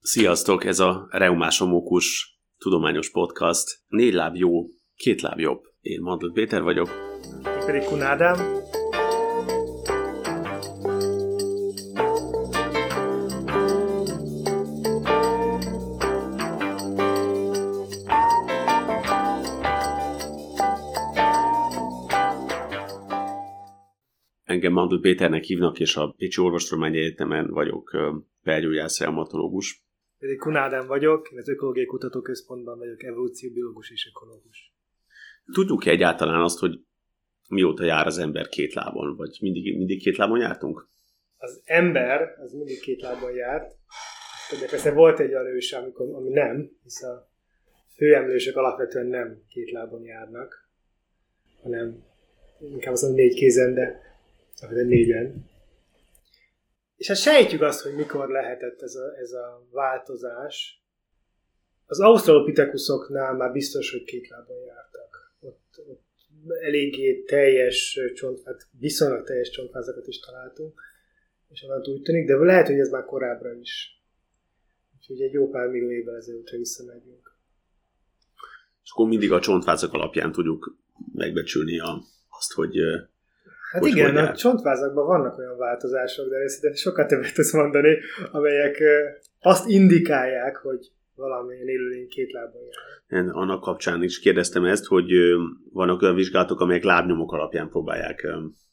Sziasztok, ez a Reumásomókus tudományos podcast. 4 láb jó, 2 láb jobb. Én Mandl Péter vagyok. Én pedig Kun Ádám. Engem Mandl Péternek hívnak, és a Pécsi Orvostudományi Egyetemen vagyok belgyógyász reumatológus. Pedig Kun Ádám vagyok, én az Ökológiai Kutatóközpontban vagyok evolúcióbiológus és ökológus. Tudjuk-e egyáltalán azt, hogy mióta jár az ember 2 lábon? Vagy mindig 2 lábon jártunk? Az ember az mindig 2 lábon járt, de persze volt egy olyan ős, ami nem, hisz a főemlősök alapvetően nem 2 lábon járnak, hanem inkább azt mondom 4 kézen, de 4-en. És hát sejtjük azt, hogy mikor lehetett ez a változás. Az ausztralopithecusoknál már biztos, hogy 2 lábon jártak. Ott eléggé teljes viszonylag teljes csontvázakat is találtunk, és onnan úgy tűnik, de lehet, hogy ez már korábbra is. Úgyhogy egy jó pár millió évvel ezelőttre visszamegyünk. És akkor mindig a csontvázak alapján tudjuk megbecsülni azt, hogy hát igen, a csontvázakban vannak olyan változások, de szerintem sokkal többet tudsz mondani, amelyek azt indikálják, hogy valamilyen élőlény 2 lábon jár. Én annak kapcsán is kérdeztem ezt, hogy vannak olyan vizsgálatok, amelyek lábnyomok alapján próbálják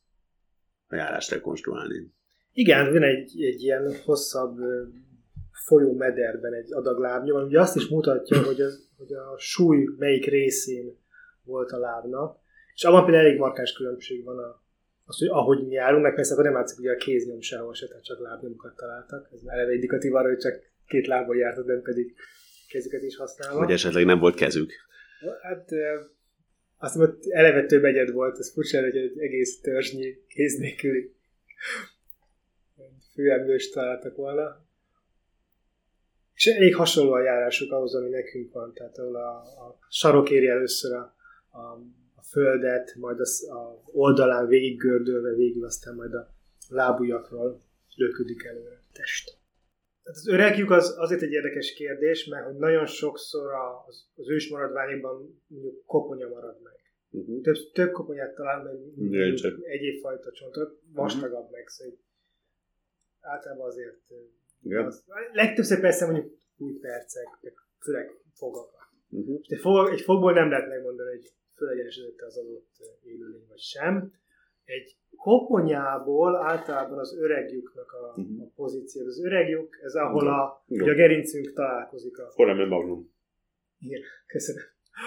a járást rekonstruálni. Igen, van egy ilyen hosszabb folyómederben egy adag lábnyom, ami ugye azt is mutatja, hogy a súly melyik részén volt a lábnak, és abban például elég markáns különbség van az, hogy ahogy mi járunk, meg persze akkor nem látszik ugye a kéznyom sehol se, tehát csak lábnyomokat találtak. Ez már eleve indikatív arra, hogy csak 2 lábon jártak, de pedig kezüket is használva. Vagy esetleg nem volt kezük. Hát azt mondom, hogy eleve több egyed volt, ez furcsa, hogy egy egész törzsnyi kéz nélküli főemlőst találtak volna. És elég hasonló a járásuk ahhoz, ami nekünk van, tehát ahol a sarok éri először a földet, majd a oldalán végiggördülve végül aztán majd a lábujjakról löködik előre a test. Tehát az öregjük azért egy érdekes kérdés, mert hogy nagyon sokszor az ős maradványokban mondjuk koponya marad meg. Több koponyát találunk, mint egyéb fajta csontot, vastagabb meg, szóval általában azért legtöbbször persze mondjuk új percek, főleg fogakat. De egy fogból nem lehet megmondani, hogy fölegyenesedett az adott élőlény vagy sem. Egy koponyából általában az öregjüknek a pozíció. Az öregjük, ez ahol a gerincünk találkozik. Foramen magnum. Igen, köszönöm.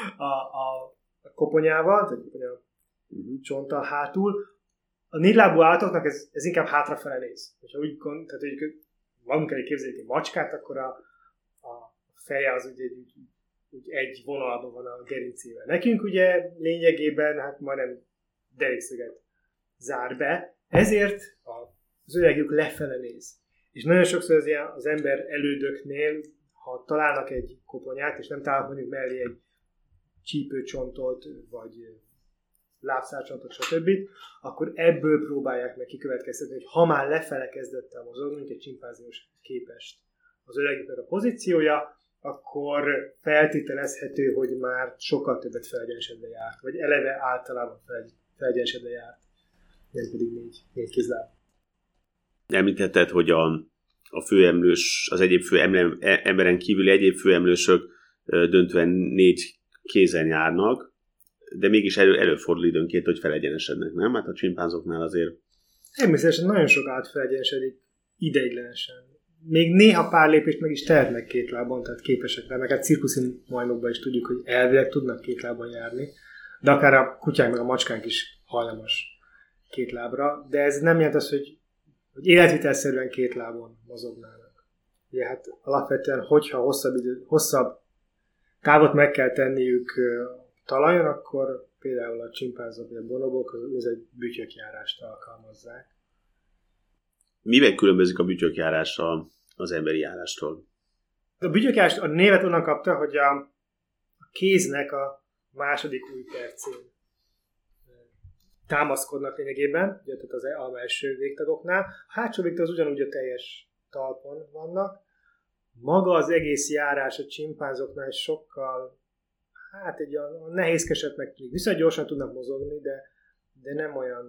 A koponyával, tehát a koponya csonttal hátul. A 4 lábú állatoknak ez inkább hátrafele néz. Ha úgy, tehát hogy magunk elé képzeljük egy macskát, akkor a feje az ugye úgy egy vonalban van a gerincével. Nekünk ugye lényegében hát majdnem derékszöget zár be, ezért az öregjük lefele néz. És nagyon sokszor az ember elődöknél, ha találnak egy koponyát, és nem találnak mondjuk mellé egy csípőcsontot, vagy lábszárcsontot, stb., akkor ebből próbálják meg kikövetkeztetni, hogy ha már lefele kezdett el mozogni, mint egy csimpánzihoz képest az öregjüknek a pozíciója, akkor feltételezhető, hogy már sokkal többet felegyenesedve járt, vagy eleve általában felegyenesedve járt, nem pedig 4 kézláb. Említetted, hogy a főemlős, az egyéb emberen kívüli egyéb főemlősök döntően 4 kézen járnak, de mégis előfordul időnként, hogy felegyenesednek, nem? Hát a csimpánzoknál azért... Természetesen nagyon sok felegyenesedik ideiglenesen. Még néha pár lépést meg is tehetnek 2 lábon, tehát képesek rá, meg hát cirkuszi majmokban is tudjuk, hogy elvileg tudnak 2 lábon járni, de akár a kutyák meg a macskánk is hajlamos 2 lábra, de ez nem jelent azt, hogy életvitelszerűen 2 lábon mozognának. Ugye hát alapvetően, hogyha hosszabb távot meg kell tenniük talajon, akkor például a csimpánzok vagy a bonobok ez egy bütyökjárást alkalmazzák. Mivel különbözik a bütyökjárás az emberi járástól? A bütyökjárást a névet onnan kapta, hogy a kéznek a második ujjpercén támaszkodnak lényegében, ugye, tehát az első végtagoknál. A hátsó végtag az ugyanúgy a teljes talpon vannak, maga az egész járás a csimpánzoknál is sokkal, hát egy olyan nehézkesebbnek tűnik. Viszont gyorsan tudnak mozogni, de nem olyan...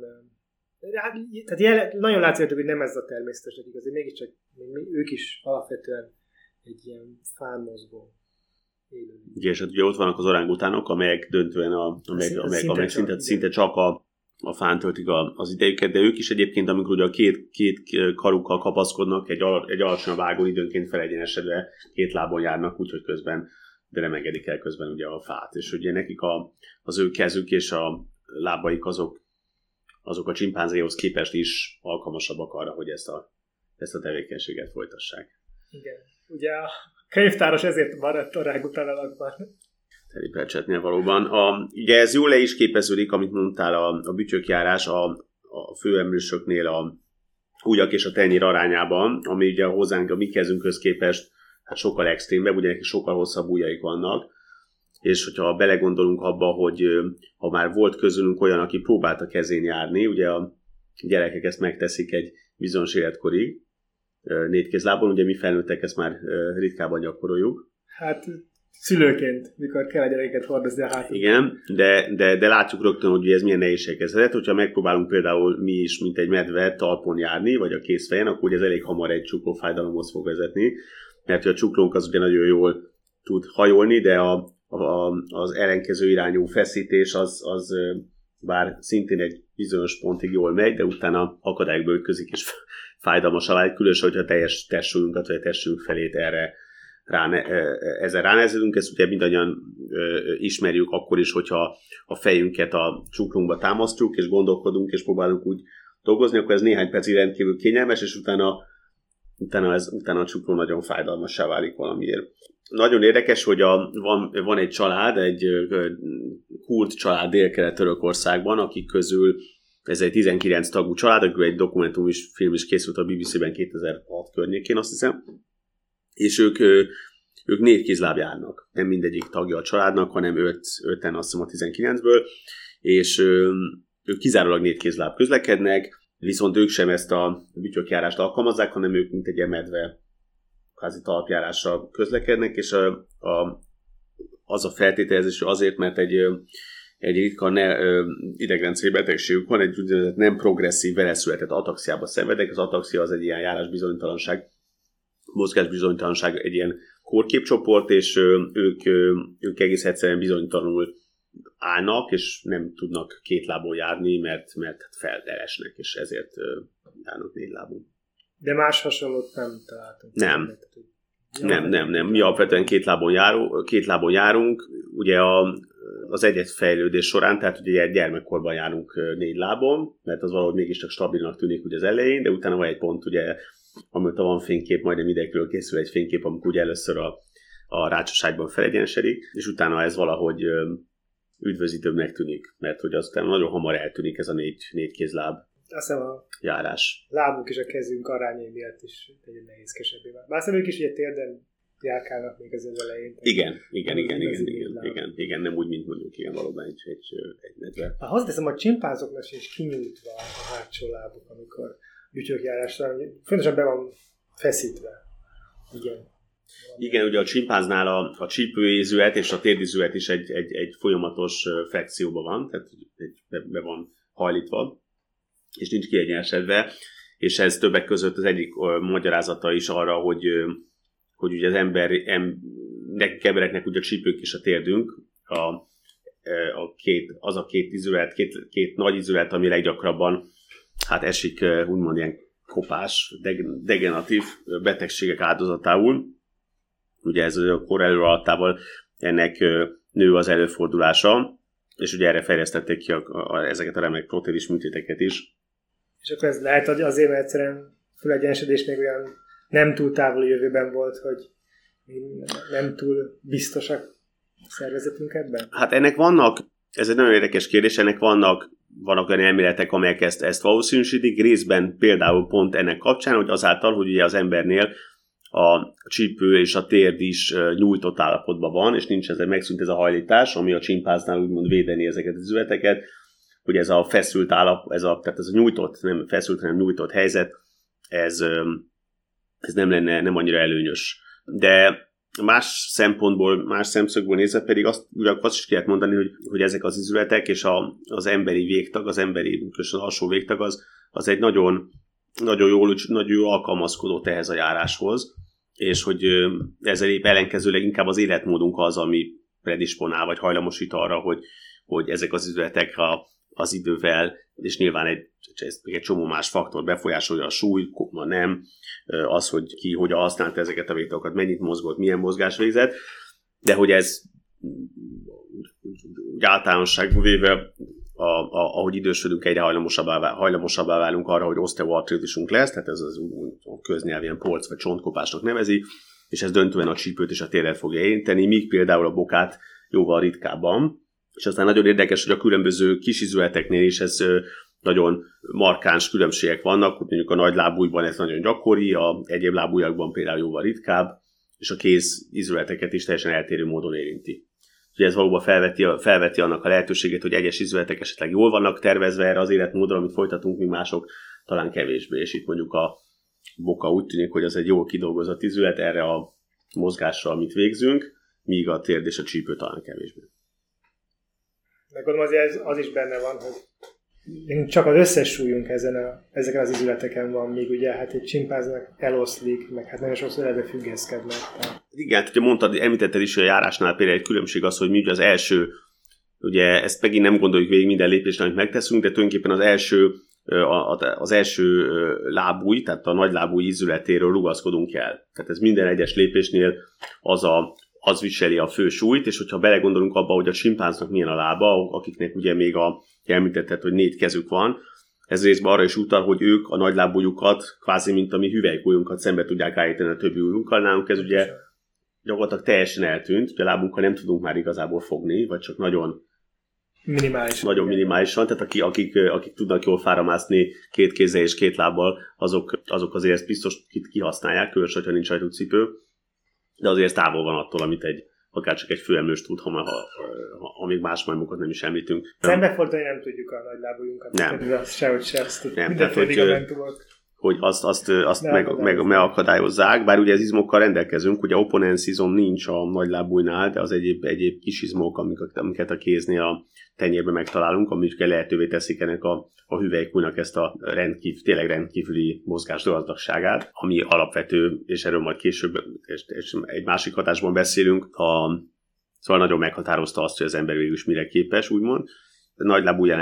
Tehát nagyon látszik, hogy nem ez a természetes nekik, azért mégiscsak ők is alapvetően egy ilyen fán mozgó élőlény. Igen, és hát ugye ott vannak az orángutánok, amelyek döntően amelyek szinte csak a fán töltik az idejüket, de ők is egyébként, amikor ugye a két karukkal kapaszkodnak, egy alacsony vágón időnként felegyenesedve két lábon járnak, úgyhogy közben, de nem engedik el közben ugye a fát. És ugye nekik az ő kezük és a lábaik azok a csimpánzéhoz képest is alkalmasabbak arra, hogy ezt a tevékenységet folytassák. Igen. Ugye a könyvtáros ezért maradt orángután alakban. Terry Pratchettnél valóban. Ugye ez jól le is képeződik, amit mondtál, a bütyökjárás a főemlősöknél a ujjak és a tenyér arányában, ami ugye hozzánk a mi kezünkhöz képest hát sokkal extrémebb, ugye neki sokkal hosszabb ujjaik vannak, és hogyha belegondolunk abba, hogy ha már volt közülünk olyan, aki próbált a kezén járni, ugye a gyerekek ezt megteszik egy bizonyos életkorig, négykézlábon, ugye mi felnőttek ezt már ritkában gyakoroljuk. Hát szülőként, mikor kell a gyerekeket hordozni a hátul. Igen, de látjuk rögtön, hogy ez milyen nehézséghez vezet. Hogyha megpróbálunk például mi is, mint egy medve talpon járni, vagy a kézfejen, akkor ez elég hamar egy csuklófájdalomhoz fog vezetni, mert a csuklónk az ugye nagyon jól tud hajolni, de az ellenkező irányú feszítés az bár szintén egy bizonyos pontig jól megy, de utána akadályokba ütközik, és fájdalmasá válik, különösen, hogyha teljes testsúlyunkat, vagy a testünk felét ezzel ránehezedünk, ezt ugye mindannyian ismerjük akkor is, hogyha a fejünket a csuklunkba támasztjuk, és gondolkodunk, és próbálunk úgy dolgozni, akkor ez néhány percig rendkívül kényelmes, és utána a csukló nagyon fájdalmassá válik valamiért. Nagyon érdekes, hogy van egy család, egy kurd család Dél-Kelet-Törökországban, akik közül ez egy 19 tagú család, akik egy dokumentumfilm is készült a BBC-ben 2006 környékén, azt hiszem, és ők 4 kézláb járnak. Nem mindegyik tagja a családnak, hanem 5-en azt hiszem a 19-ből, és ők kizárólag 4 kézláb közlekednek, viszont ők sem ezt a bütyökjárást alkalmazzák, hanem ők mint egy medve kvázi talpjárással közlekednek, és az a feltételezés azért, mert egy ritka idegrendszeri betegségük van, egy úgynevezett nem progresszív veleszületett ataxiába szenvedek. Az ataxia az egy ilyen járásbizonytalanság, mozgásbizonytalanság, egy ilyen kórképcsoport, és ők egész egyszerűen bizonytalanul állnak, és nem tudnak 2 lábon járni, mert feldelesnek, és ezért járnak 4 lábon. De más hasonlót nem találtunk. Nem. Mi alapvetően 2 lábon járunk. Ugye az egyetfejlődés során, tehát ugye gyermekkorban járunk 4 lábon, mert az valahogy mégiscsak stabilnak tűnik ugye az elején, de utána van egy pont, ugye, amióta van fénykép, majdnem idegről készül egy fénykép, amikor ugye először a rácsoságban felegyenesedik, és utána ez valahogy üdvözítőbbnek tűnik, mert hogy aztán nagyon hamar eltűnik ez a 4 kézláb járás. Lábunk és a kezünk arányai miatt is egy nehézkesebbé vált. Bár ők is ugye térden járkálnak még az elején. Igen, nem úgy, mint mondjuk ilyen valóban egy medve. Hozzáteszem, a csimpánzoknak is kinyújtva a hátsó lábuk, amikor bütyökjárásra, fontosan be van feszítve. Igen, ugye a csimpánznál a csípőizület és a térdizület is egy folyamatos flexióban van, tehát be van hajlítva, és nincs kiegyenesedve, és ez többek között az egyik magyarázata is arra, hogy ugye az nekünk embereknek ugye a csípők és a térdünk, az a két izület, két nagy izület, ami leggyakrabban hát esik úgymond ilyen kopás, degeneratív betegségek áldozatául. Ugye ez a kor előalatával ennek nő az előfordulása, és ugye erre fejlesztették ki ezeket a remek protézis műtéteket is. És akkor ez lehet, hogy azért, mert egyszerűen fölegyenesedés még olyan nem túl távoli jövőben volt, hogy nem túl biztosak a szervezetünk ebben? Hát ennek vannak, ez egy nagyon érdekes kérdés, ennek vannak olyan elméletek, amelyek ezt valószínűsítik, részben például pont ennek kapcsán, hogy azáltal, hogy ugye az embernél a csípő és a térd is nyújtott állapotban van, és nincs ezzel megszűnt ez a hajlítás, ami a csimpánznál úgymond védeni ezeket az izületeket, hogy ez a feszült állapot, tehát ez a nyújtott, nem feszült, hanem nyújtott helyzet, ez nem lenne nem annyira előnyös de más szempontból, más szemszögből nézve pedig azt is ki lehet mondani, hogy ezek az izületek és az emberi végtag, az emberi alsó végtag az egy nagyon, nagyon jól alkalmazkodott ehhez a járáshoz, és hogy ezzel épp ellenkezőleg inkább az életmódunk az, ami predisponál, vagy hajlamosít arra, hogy ezek az izületek az idővel, és nyilván egy csomó más faktor befolyásolja, a súly, nem, az, hogy ki hogyan használta ezeket a végtagokat, mennyit mozgott, milyen mozgás végzett, de hogy ez általánosságban véve, ahogy idősödünk, egyre hajlamosabbá válunk arra, hogy oszteoartritisunk lesz, tehát ez az köznyelvűen polc vagy csontkopásnak nevezi, és ez döntően a csípőt és a térdet fogja érinteni, míg például a bokát jóval ritkábban. És aztán nagyon érdekes, hogy a különböző kis izületeknél is ez nagyon markáns különbségek vannak, mondjuk a nagy lábújban ez nagyon gyakori, a egyéb lábújakban például jóval ritkább, és a kéz izületeket is teljesen eltérő módon érinti. Úgyhogy ez valóban felveti annak a lehetőségét, hogy egyes izületek esetleg jól vannak tervezve erre az életmódra, amit folytatunk, míg mások talán kevésbé, és itt mondjuk a boka úgy tűnik, hogy az egy jól kidolgozott izület erre a mozgásra, amit végzünk, míg a térd és a csípő talán kevésbé. Meg gondolom azért az is benne van, hogy csak az összes súlyunk ezeken az izületeken van, míg ugye hát egy csimpánznak eloszlik, meg hát nagyon sokszor ebbe függeszkednek. Igen, ugye említetted is, hogy a járásnál például egy különbség az, hogy mi ugye az első, ugye ezt megint nem gondoljuk végig minden lépésre, amit megteszünk, de tulajdonképpen az első lábúj, tehát a nagy lábúj izületéről rugaszkodunk el. Tehát ez minden egyes lépésnél az viseli a fő súlyt, és hogyha belegondolunk abba, hogy a csimpánznak milyen a lába, akiknek ugye még említetted, hogy 4 kezük van, ez részben arra is utal, hogy ők a nagylábújukat, kvázi mint a mi hüvelykujjunkat szembe tudják állítani a többi ujjunkkal. Nálunk ez ugye gyakorlatilag teljesen eltűnt, hogy a lábunkkal nem tudunk már igazából fogni, vagy csak nagyon minimálisan, tehát akik tudnak jól fáramászni 2 kézzel és 2 lábbal, azok azért ezt biztos kihasználják, különösen, hogyha nincs rajtuk cipő, de azért távol van attól, amit akár csak egy főemlős tud, ha még más majmokat nem is említünk. Szembefordulni nem tudjuk a nagy lábujunkat. Nem. Sehogy se, azt nem, tehát, hogy azt megakadályozzák, bár ugye az izmokkal rendelkezünk, ugye opponens izom nincs a nagy lábújnál, de az egyéb kis izmok, amiket a kéznél a tenyérben megtalálunk, amik lehetővé teszik ennek a hüvelykújnak ezt a tényleg rendkívüli mozgás gazdagságát, ami alapvető, és erről majd később és egy másik hatásban beszélünk, szóval nagyon meghatározta azt, hogy az ember végül is mire képes, úgymond. Nagy lábúján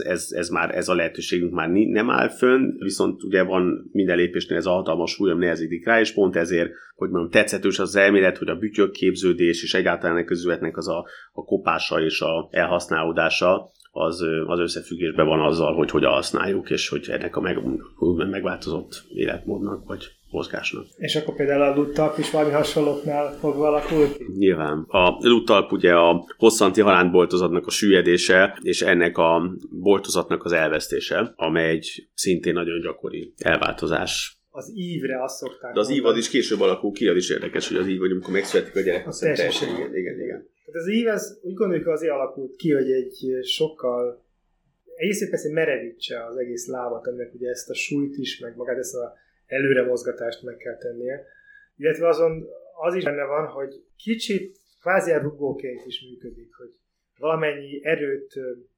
ez a lehetőségünk már nem áll fönn, viszont ugye van minden lépésnél ez a hatalmas súlyom nehezedik rá, és pont ezért, hogy mondjam, tetszetős az elmélet, hogy a bütyök képződés és egyáltalán a közületnek az a kopása és a elhasználódása az összefüggésben van azzal, hogy hogyan használjuk, és hogy ennek a megváltozott életmódnak, vagy mozgásnak. És akkor például a luttalp is valami hasonlóknál fogva alakul? Nyilván. A luttalp ugye a hosszanti halántboltozatnak a süllyedése, és ennek a boltozatnak az elvesztése, amely egy szintén nagyon gyakori elváltozás. Az ívre azt szokták. De az ív az is később alakul ki, az is érdekes, hogy az ív, hogy amikor megszületik a gyerek, az teljesen. Igen. Tehát az ív, úgy gondoljuk, azért alakult ki, hogy egy sokkal egész persze merevítse az egész lábat, aminek ugye ezt a súlyt is, meg magát ezt a előre mozgatást meg kell tennie. Illetve azon az is benne van, hogy kicsit kvázi rugóként is működik, hogy valamennyi erőt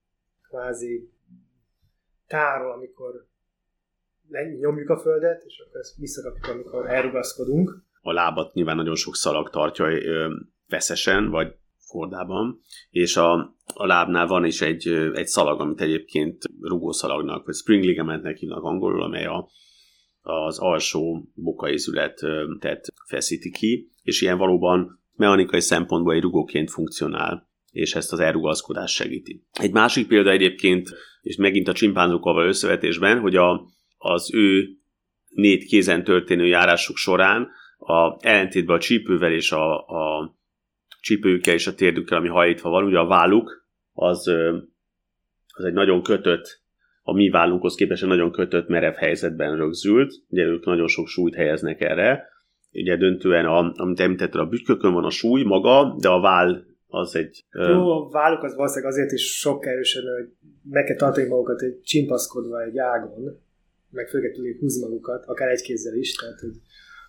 kvázi tárol, amikor nyomjuk a földet, és akkor ezt visszakapjuk, amikor elrugaszkodunk. A lábat nyilván nagyon sok szalag tartja feszesen, vagy kordában, és a lábnál van is egy szalag, amit egyébként rugószalagnak, vagy spring ligamentnek hívnak angolul, amely az alsó bokaizületet feszíti ki, és ilyen valóban mechanikai szempontból egy rugóként funkcionál, és ezt az elrugaszkodást segíti. Egy másik példa egyébként, és megint a csimpánzokkal való összevetésben, hogy az ő 4 kézen történő járásuk során ellentétben a csípővel és a csípőjükkel és a térdükkel, ami hajlítva van, ugye a válluk az egy nagyon kötött, a mi vállunkhoz képest nagyon kötött, merev helyzetben rögzült. Ugye ők nagyon sok súlyt helyeznek erre. Ugye döntően, amit említetted, a bütykökön van a súly maga, de a váll az egy... Jó, a válluk az valószínűleg azért is sok erősebb, hogy meg kell tartani magukat egy csimpaszkodva egy ágon, meg főleg tudjuk húzni magukat, akár egy kézzel is, tehát hogy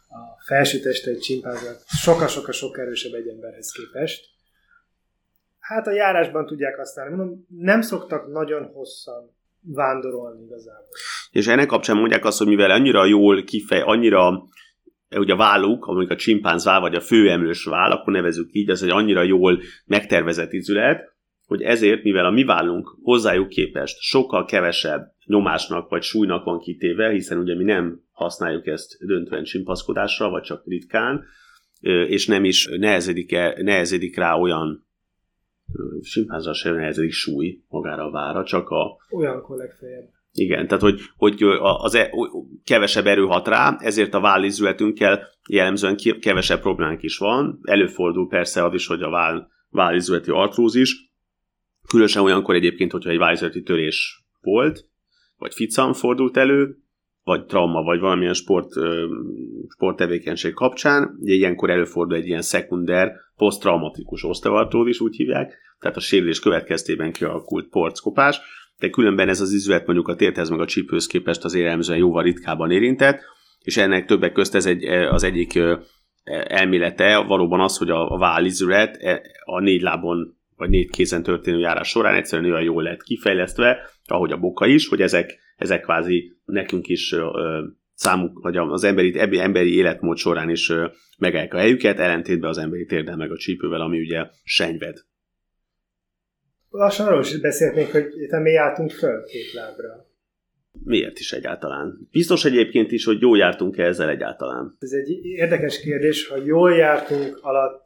a felső teste egy csimpánznak sokkal-sokkal erősebb egy emberhez képest. Hát a járásban tudják használni. Mondom, nem szoktak nagyon hosszan vándorolni igazából. És ennek kapcsán mondják azt, hogy mivel annyira jól annyira ugye a válluk, amik a csimpánz váll, vagy a főemlős váll, akkor nevezzük így, az egy annyira jól megtervezett izület, hogy ezért, mivel a mi vállunk hozzájuk képest sokkal kevesebb nyomásnak vagy súlynak van kitéve, hiszen ugye mi nem használjuk ezt döntően csimpaszkodásra, vagy csak ritkán, és nem is nehezedik rá olyan csimpánzra sem nehezedik súly magára a vára, csak a... Olyankor legfeljebb. Igen, tehát hogy kevesebb erő hat rá, ezért a vállizületünkkel jellemzően kevesebb problémánk is van. Előfordul persze az is, hogy a vállizületi artrózis, különösen olyankor egyébként, hogyha egy vállizületi törés volt, vagy ficam fordult elő, vagy trauma, vagy valamilyen sporttevékenység kapcsán, ugye ilyenkor előfordul egy ilyen szekunder, poszttraumatikus oszteoartrózis, úgy hívják, tehát a sérülés következtében kialakult porckopás, de különben ez az izület mondjuk a térthez meg a csípőhöz képest azért jellemzően jóval ritkábban érintett, és ennek többek közt az egyik elmélete valóban az, hogy a vállizület a 4 lábon vagy 4 kézen történő járás során egyszerűen olyan jól lett kifejlesztve, ahogy a boka is, hogy ezek kvázi nekünk is számuk, vagy az emberi életmód során is megállják a helyüket, ellentétben az emberi térdel meg a csípővel, ami ugye senyved. Lassan arról is beszélhetnénk, hogy mi jártunk föl 2 lábra. Miért is egyáltalán? Biztos egyébként is, hogy jól jártunk-e ezzel egyáltalán? Ez egy érdekes kérdés, ha jól jártunk alatt,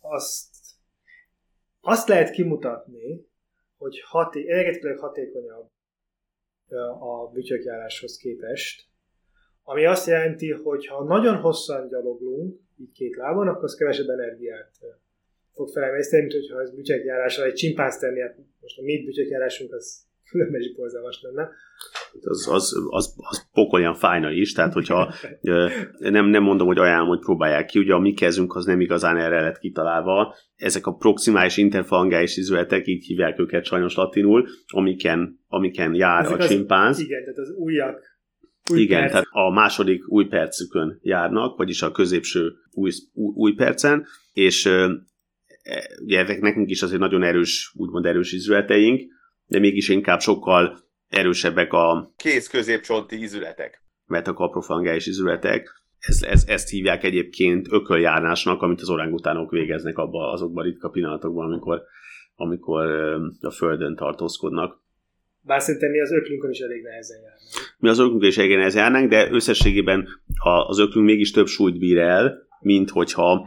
azt lehet kimutatni, hogy energetikailag hatékonyabb a bütyökjáráshoz képest, ami azt jelenti, hogy ha nagyon hosszan gyaloglunk, így 2 lábon, akkor az kevesebb energiát fog felemészteni, mint hogyha ez bütyökjárással egy csimpánzt tenni, hát most a mi bütyökjárásunk az különben is borzalmas lenne. Az pokolyan fájna is, tehát hogyha nem mondom, hogy ajánlom, hogy próbálják ki, ugye a mi kezünk az nem igazán erre lett kitalálva, ezek a proximális interfalangális izületek, így hívják őket sajnos latinul, amiken jár ezek a csimpánz. Igen, tehát az ujjak. Igen, tehát a második ujjpercükön járnak, vagyis a középső ujjpercen, és ugye ezek nekünk is azért nagyon úgymond erős izületeink, de mégis inkább sokkal erősebbek a kéz-középcsonti izületek, metakaprofalangális izületek. Ezt hívják egyébként ököljárásnak, amit az orangutánok végeznek azokban a ritka pillanatokban, amikor a földön tartózkodnak. Bár szerintem mi az öklünkön is elég nehezen járnánk. Mi az öklünkön is elég nehezen járnánk, de összességében az öklünk mégis több súlyt bír el, mint hogyha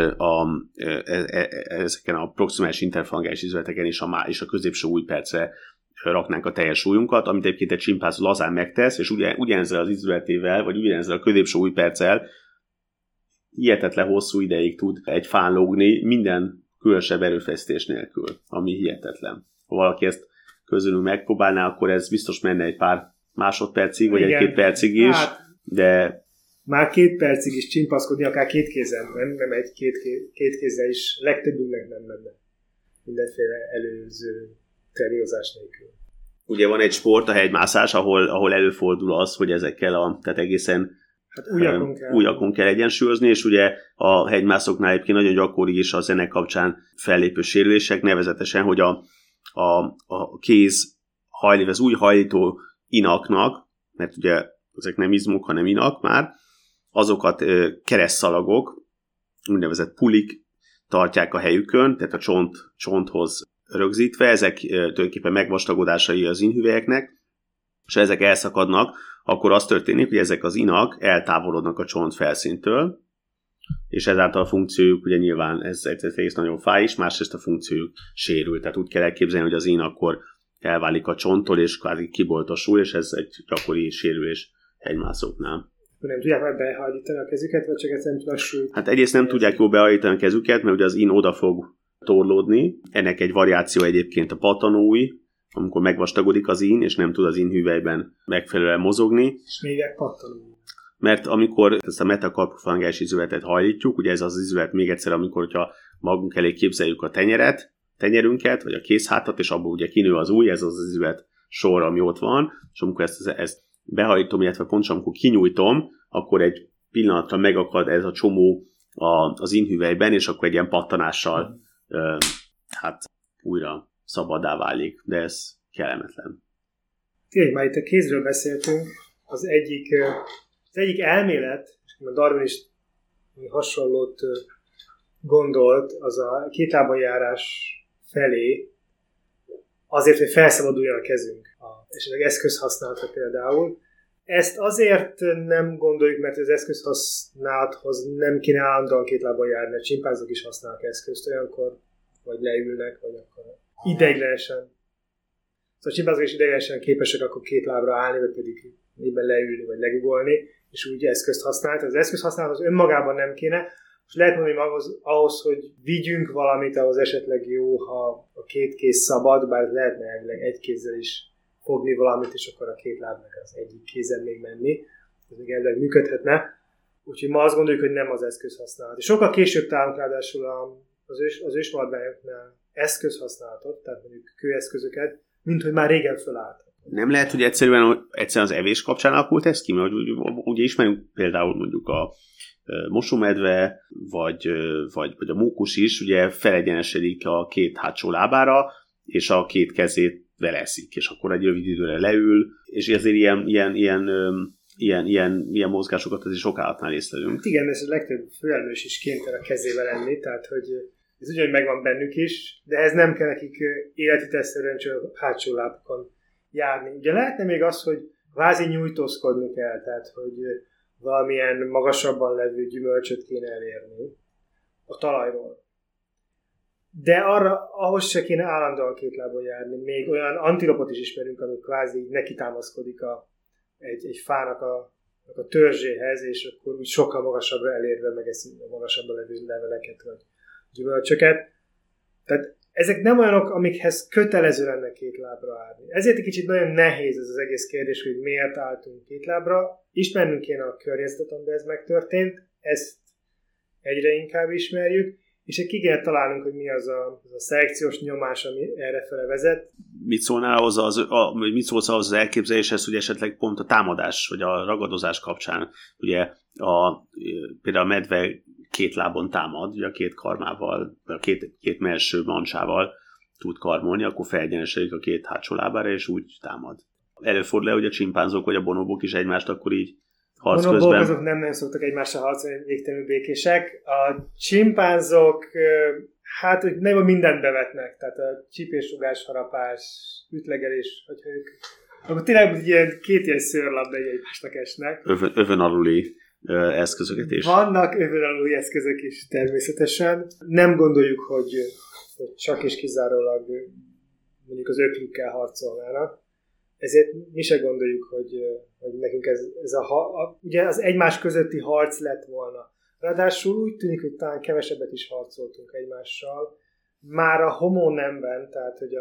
ezeken a proximális interfalangális izületeken és a középső ujjpercre raknánk a teljes súlyunkat, amit egyébként egy csimpánz lazán megtesz, és ugyanezzel az izületével, vagy ugyanezzel a középső ujjperccel hihetetlen hosszú ideig tud egy fán lógni, minden különösebb erőfeszítés nélkül, ami hihetetlen. Ha valaki ezt közülünk megpróbálná, akkor ez biztos menne egy pár másodpercig, vagy 1-2 percig is, de... Már 2 percig is csimpaszkodni, akár 2 kézen, nem egy két kézzel is, legtöbbünknek nem menne. Mindenféle előző teniózás nélkül. Ugye van egy sport, a hegymászás, ahol előfordul az, hogy ezekkel tehát egészen ujjakon kell egyensúlyozni, és ugye a hegymászóknál egyébként nagyon gyakori is a zene kapcsán fellépő sérülések, nevezetesen, hogy a kéz az új hajlító inaknak, mert ugye ezek nem izmok, hanem inak már, azokat keresztszalagok, úgynevezett pulik tartják a helyükön, tehát a csonthoz rögzítve, ezek tulajdonképpen megvastagodásai az inhüvelyeknek, és ha ezek elszakadnak, akkor az történik, hogy ezek az inak eltávolodnak a csont felszíntől, és ezáltal a funkciójuk ugye nyilván ez egyrészt nagyon fáj is, másrészt a funkciójuk sérül. Tehát úgy kell elképzelni, hogy az in akkor elválik a csonttól, és kvázi kiboltosul, és ez egy gyakori sérülés hegymászóknál. Nem tudják már behajlítani a kezüket, vagy csak egyszerűen lassú? Hát egyrészt nem tudják jól behajlítani a kezüket, mert ugye az in oda fog torlódni. Ennek egy variáció egyébként a pattanói, amikor megvastagodik az in, és nem tud az inhüvelyben megfelelően mozogni. És még egy pattanói. Mert amikor ezt a metakarpofalangális izületet hajlítjuk, ugye ez az izület még egyszer, amikor hogyha magunk elé képzeljük a tenyerünket, vagy a kézhátat, és abból ugye kinő az ujj, ez az izület sor, ami ott van, és amikor ezt behajlítom, illetve pontosan amikor kinyújtom, akkor egy pillanatra megakad ez a csomó az inhüvelyben, és akkor egy ilyen pattanással újra szabaddá válik, de ez kellemetlen. Tényleg, már itt a kézről beszéltünk, az egyik elmélet, a Darwin is hasonlót gondolt, az a kétlábon járás felé, azért, hogy felszabaduljon a kezünk, esetleg eszközhasználatra például. Ezt azért nem gondoljuk, mert az eszközhasználathoz nem kéne állandóan két lábon járni, a csimpánzok is használnak eszközt olyankor, vagy leülnek, vagy akkor ideiglenesen. Szóval a csimpánzok is ideiglenesen képesek akkor két lábra állni, vagy pedig éppen leülni, vagy legugolni, és úgy eszközt használni. Az eszközhasználat az önmagában nem kéne. És lehet mondani, hogy ahhoz, hogy vigyünk valamit, ahhoz esetleg jó, ha a két kéz szabad, bár lehetne elvileg egy kézzel is fogni valamit, és akkor a két lábnak az egyik kézen még menni. Ez még elvileg működhetne. Úgyhogy ma azt gondoljuk, hogy nem az eszközhasználat. És sokkal később találunk ráadásul az ősmaradványoknál eszközhasználatot, tehát mondjuk kőeszközöket, mint hogy már régen fölállt. Nem lehet, hogy egyszerűen az evés kapcsán alakult ez ki? Mert ugye ismerünk például mondjuk a mosómedve, vagy a mókus is, ugye felegyenesedik a két hátsó lábára, és a két kezét veleszik, és akkor egy rövid időre leül, és ezért ilyen mozgásokat azért sok állatnál észlelünk. Hát igen, ez a legtöbb főemlős is kénytelen a kezével lenni, tehát hogy ez ugyanúgy megvan bennük is, de ez nem kell nekik életvitelszerűen csak hátsó lábukon járni. Ugye lehetne még az, hogy kvázi nyújtózkodni kell, tehát hogy valamilyen magasabban levő gyümölcsöt kéne elérni a talajról. De ahhoz se kéne állandóan két lábon járni. Még olyan antilopot is ismerünk, ami kvázi neki támaszkodik egy fának a törzséhez, és akkor úgy sokkal magasabbra elérve megeszi a magasabban levő leveleket vagy gyümölcsöket. Tehát ezek nem olyanok, amikhez kötelező lenne két lábra állni. Ezért egy kicsit nagyon nehéz ez az egész kérdés, hogy miért álltunk két lábra. Ismernünk kéne a környezetet, amiben ez megtörtént, ezt egyre inkább ismerjük, és ki kell találnunk, hogy mi az a szelekciós nyomás, ami errefele vezet. Mit szólsz ahhoz az elképzeléshez, hogy esetleg pont a támadás, vagy a ragadozás kapcsán, ugye például a medve két lábon támad, ugye a két karmával, a két mellső mancsával tud karmolni, akkor felegyenesedik a két hátsó lábára, és úgy támad. Előfordul, hogy a csimpánzok vagy a bonobok is egymást akkor így harc közben... Bonobok azok nem szoktak egymással harcolni, végtelenül békések. A csimpánzok, hát nem mindent bevetnek, tehát a csípésrugás, harapás, ütlegelés, hogyha ők... Akkor tényleg két ilyen szőrlabda egymásnak esnek. Övön aluli eszközöket is. Vannak övön aluli eszközök is természetesen. Nem gondoljuk, hogy csak és kizárólag mondjuk az öklükkel harcolnának. Ezért mi se gondoljuk, hogy nekünk ez ugye az egymás közötti harc lett volna. Ráadásul úgy tűnik, hogy talán kevesebbet is harcoltunk egymással. Már a homo nemben, tehát hogy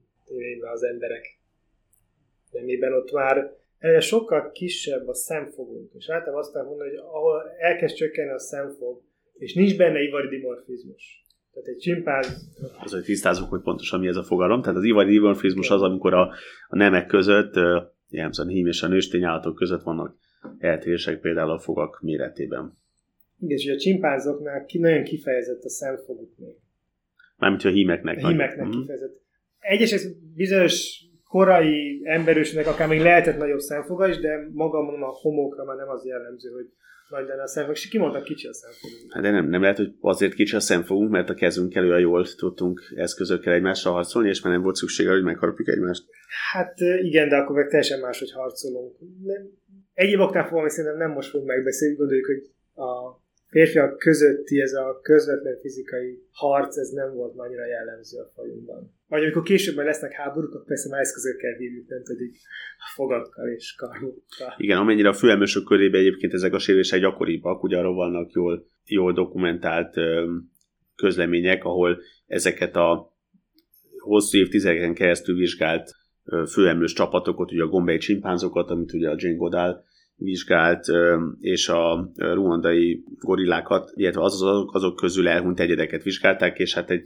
az emberek nemében ott már sokkal kisebb a szemfogunk. És általában azt mondani, hogy ahol elkezd csökkenni a szemfog, és nincs benne ivari dimorfizmus. Tehát egy csimpánz... Azért tisztázunk, hogy pontosan mi ez a fogalom. Tehát az ivari dimorfizmus az, amikor a nemek között, jellemzően hím és a nőstény állatok között vannak eltérések, például a fogak méretében. Igen, és a csimpánzoknál nagyon kifejezett a szemfoguk még. Mármint, hogy a hímeknek. A hímeknek kifejezett. Egyes bizonyos korai emberősnek akár még lehetett nagyobb szemfoga is, de magamon a homókra már nem az jellemző, hogy nagy lenne a szemfog, és kimondtak kicsi a szemfogunk. Hát de nem lehet, hogy azért kicsi a szemfogunk, mert a kezünkkel olyan jól tudtunk eszközökkel egymással harcolni, és már nem volt szüksége, hogy megharapjuk egymást. Hát igen, de akkor meg teljesen máshogy harcolunk. Egyéb oknál fogva, szerintem nem most fogunk megbeszélni, gondoljuk, hogy a férfiak közötti ez a közvetlen fizikai harc, ez nem volt annyira jellemző a fajunkban. Vagy amikor később már lesznek háborúk, akkor persze már eszközökkel vívjuk, nem pedig fogakkal és karmokkal. Igen, amennyire a főemlősök körében egyébként ezek a sérülések gyakoribbak, ugye arról vannak jól dokumentált közlemények, ahol ezeket a hosszú évtizedeken keresztül vizsgált főemlős csapatokat, ugye a gombei csimpánzokat, amit ugye a Jane Goodall vizsgált, és a ruandai gorillákat, illetve azok közül elhunyt egyedeket vizsgálták, és hát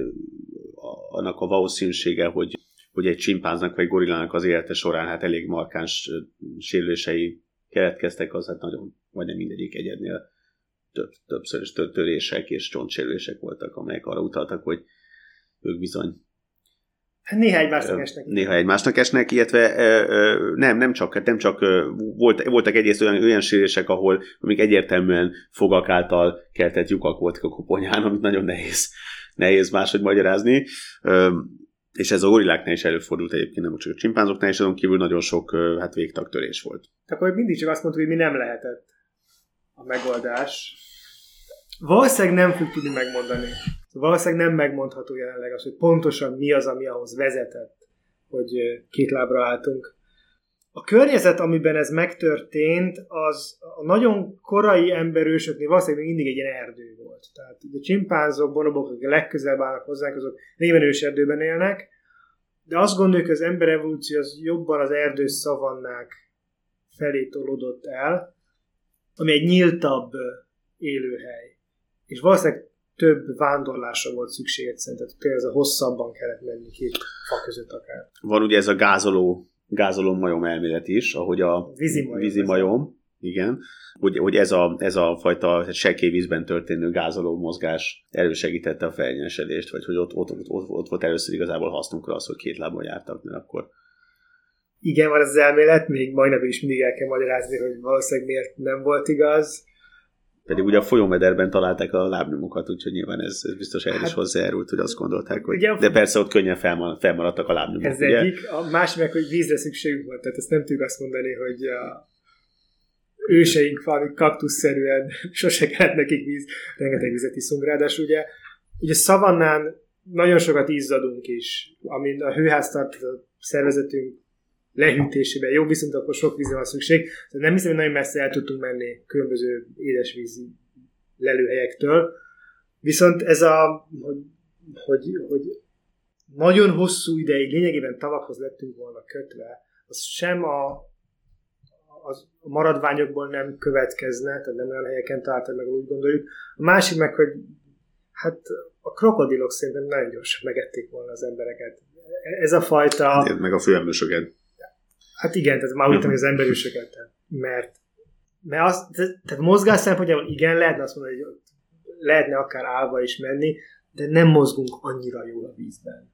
annak a valószínűsége, hogy egy csimpánznak vagy gorillának az élete során hát elég markáns sérülései keletkeztek, az hát nagyon, majdnem mindegyik egyednél többszörös törések és csontsérülések voltak, amelyek arra utaltak, hogy ők bizony néha egymásnak esnek, illetve nem csak voltak egyrészt olyan sérülések, ahol amik egyértelműen fogak által keltett lyukak voltak a koponyán, amit nagyon nehéz máshogy magyarázni. És ez a gorilláknál is előfordult egyébként, nem csak a csimpánzoknál, és azon kívül nagyon sok végtagtörés volt. Akkor mindig csak azt mondtuk, hogy mi nem lehetett a megoldás. Valószínűleg nem fogjuk tudni megmondani. Valószínűleg nem megmondható jelenleg az, hogy pontosan mi az, ami ahhoz vezetett, hogy két lábra álltunk. A környezet, amiben ez megtörtént, az a nagyon korai emberősöknél valószínűleg mindig egy ilyen erdő volt. Tehát a csimpánzok, bonobok, akik legközelebb állnak hozzánk, azok néven őserdőben élnek, de azt gondoljuk, hogy az ember evolúció az jobban az erdős szavannák felé tolódott el, ami egy nyíltabb élőhely. És valószínűleg több vándorlásra volt szükséged szerintem, például ez a hosszabban kellett menni két fa között akár. Van ugye ez a gázoló majom elmélet is, ahogy a vízi majom, igen, hogy ez a fajta sekélyvízben történő gázoló mozgás elősegítette a felnyeresedést, vagy hogy ott volt először igazából hasznunkra az, hogy két lábon jártak, mert akkor... Igen, van ez az elmélet, még majdnem is mindig el kell magyarázni, hogy valószínűleg miért nem volt igaz. Pedig ugye a folyómederben találták a lábnyomokat, úgyhogy nyilván ez biztos el is hozzájárult, hogy azt gondolták, hogy... De persze ott könnyen felmaradtak a lábnyomok, ez ugye? Egyik, a másik meg, hogy vízre szükségünk volt, tehát ezt nem tudjuk azt mondani, hogy a őseink valami kaktuszszerűen sose kellett nekik víz, rengeteg vizet iszunk. Ráadásul ugye szavannán nagyon sokat izzadunk is, amin a hőháztartó szervezetünk lehűtésében jó, viszont akkor sok vízre van szükség. Tehát nem hiszem, hogy nagyon messze el tudtunk menni különböző édesvízi lelőhelyektől. Viszont ez hogy nagyon hosszú ideig lényegében tavakhoz lettünk volna kötve, az sem a maradványokból nem következne, tehát nem olyan helyeken találtad meg, úgy gondoljuk. A másik meg, hogy hát a krokodilok szerintem nagyon gyorsan megették volna az embereket. Ez a fajta... Meg a főemlősöket. Hát igen, tehát már úgy az emberősöket. Mert tehát mozgás szempontjából igen, lehetne azt mondani, hogy lehetne akár állva is menni, de nem mozgunk annyira jól a vízben,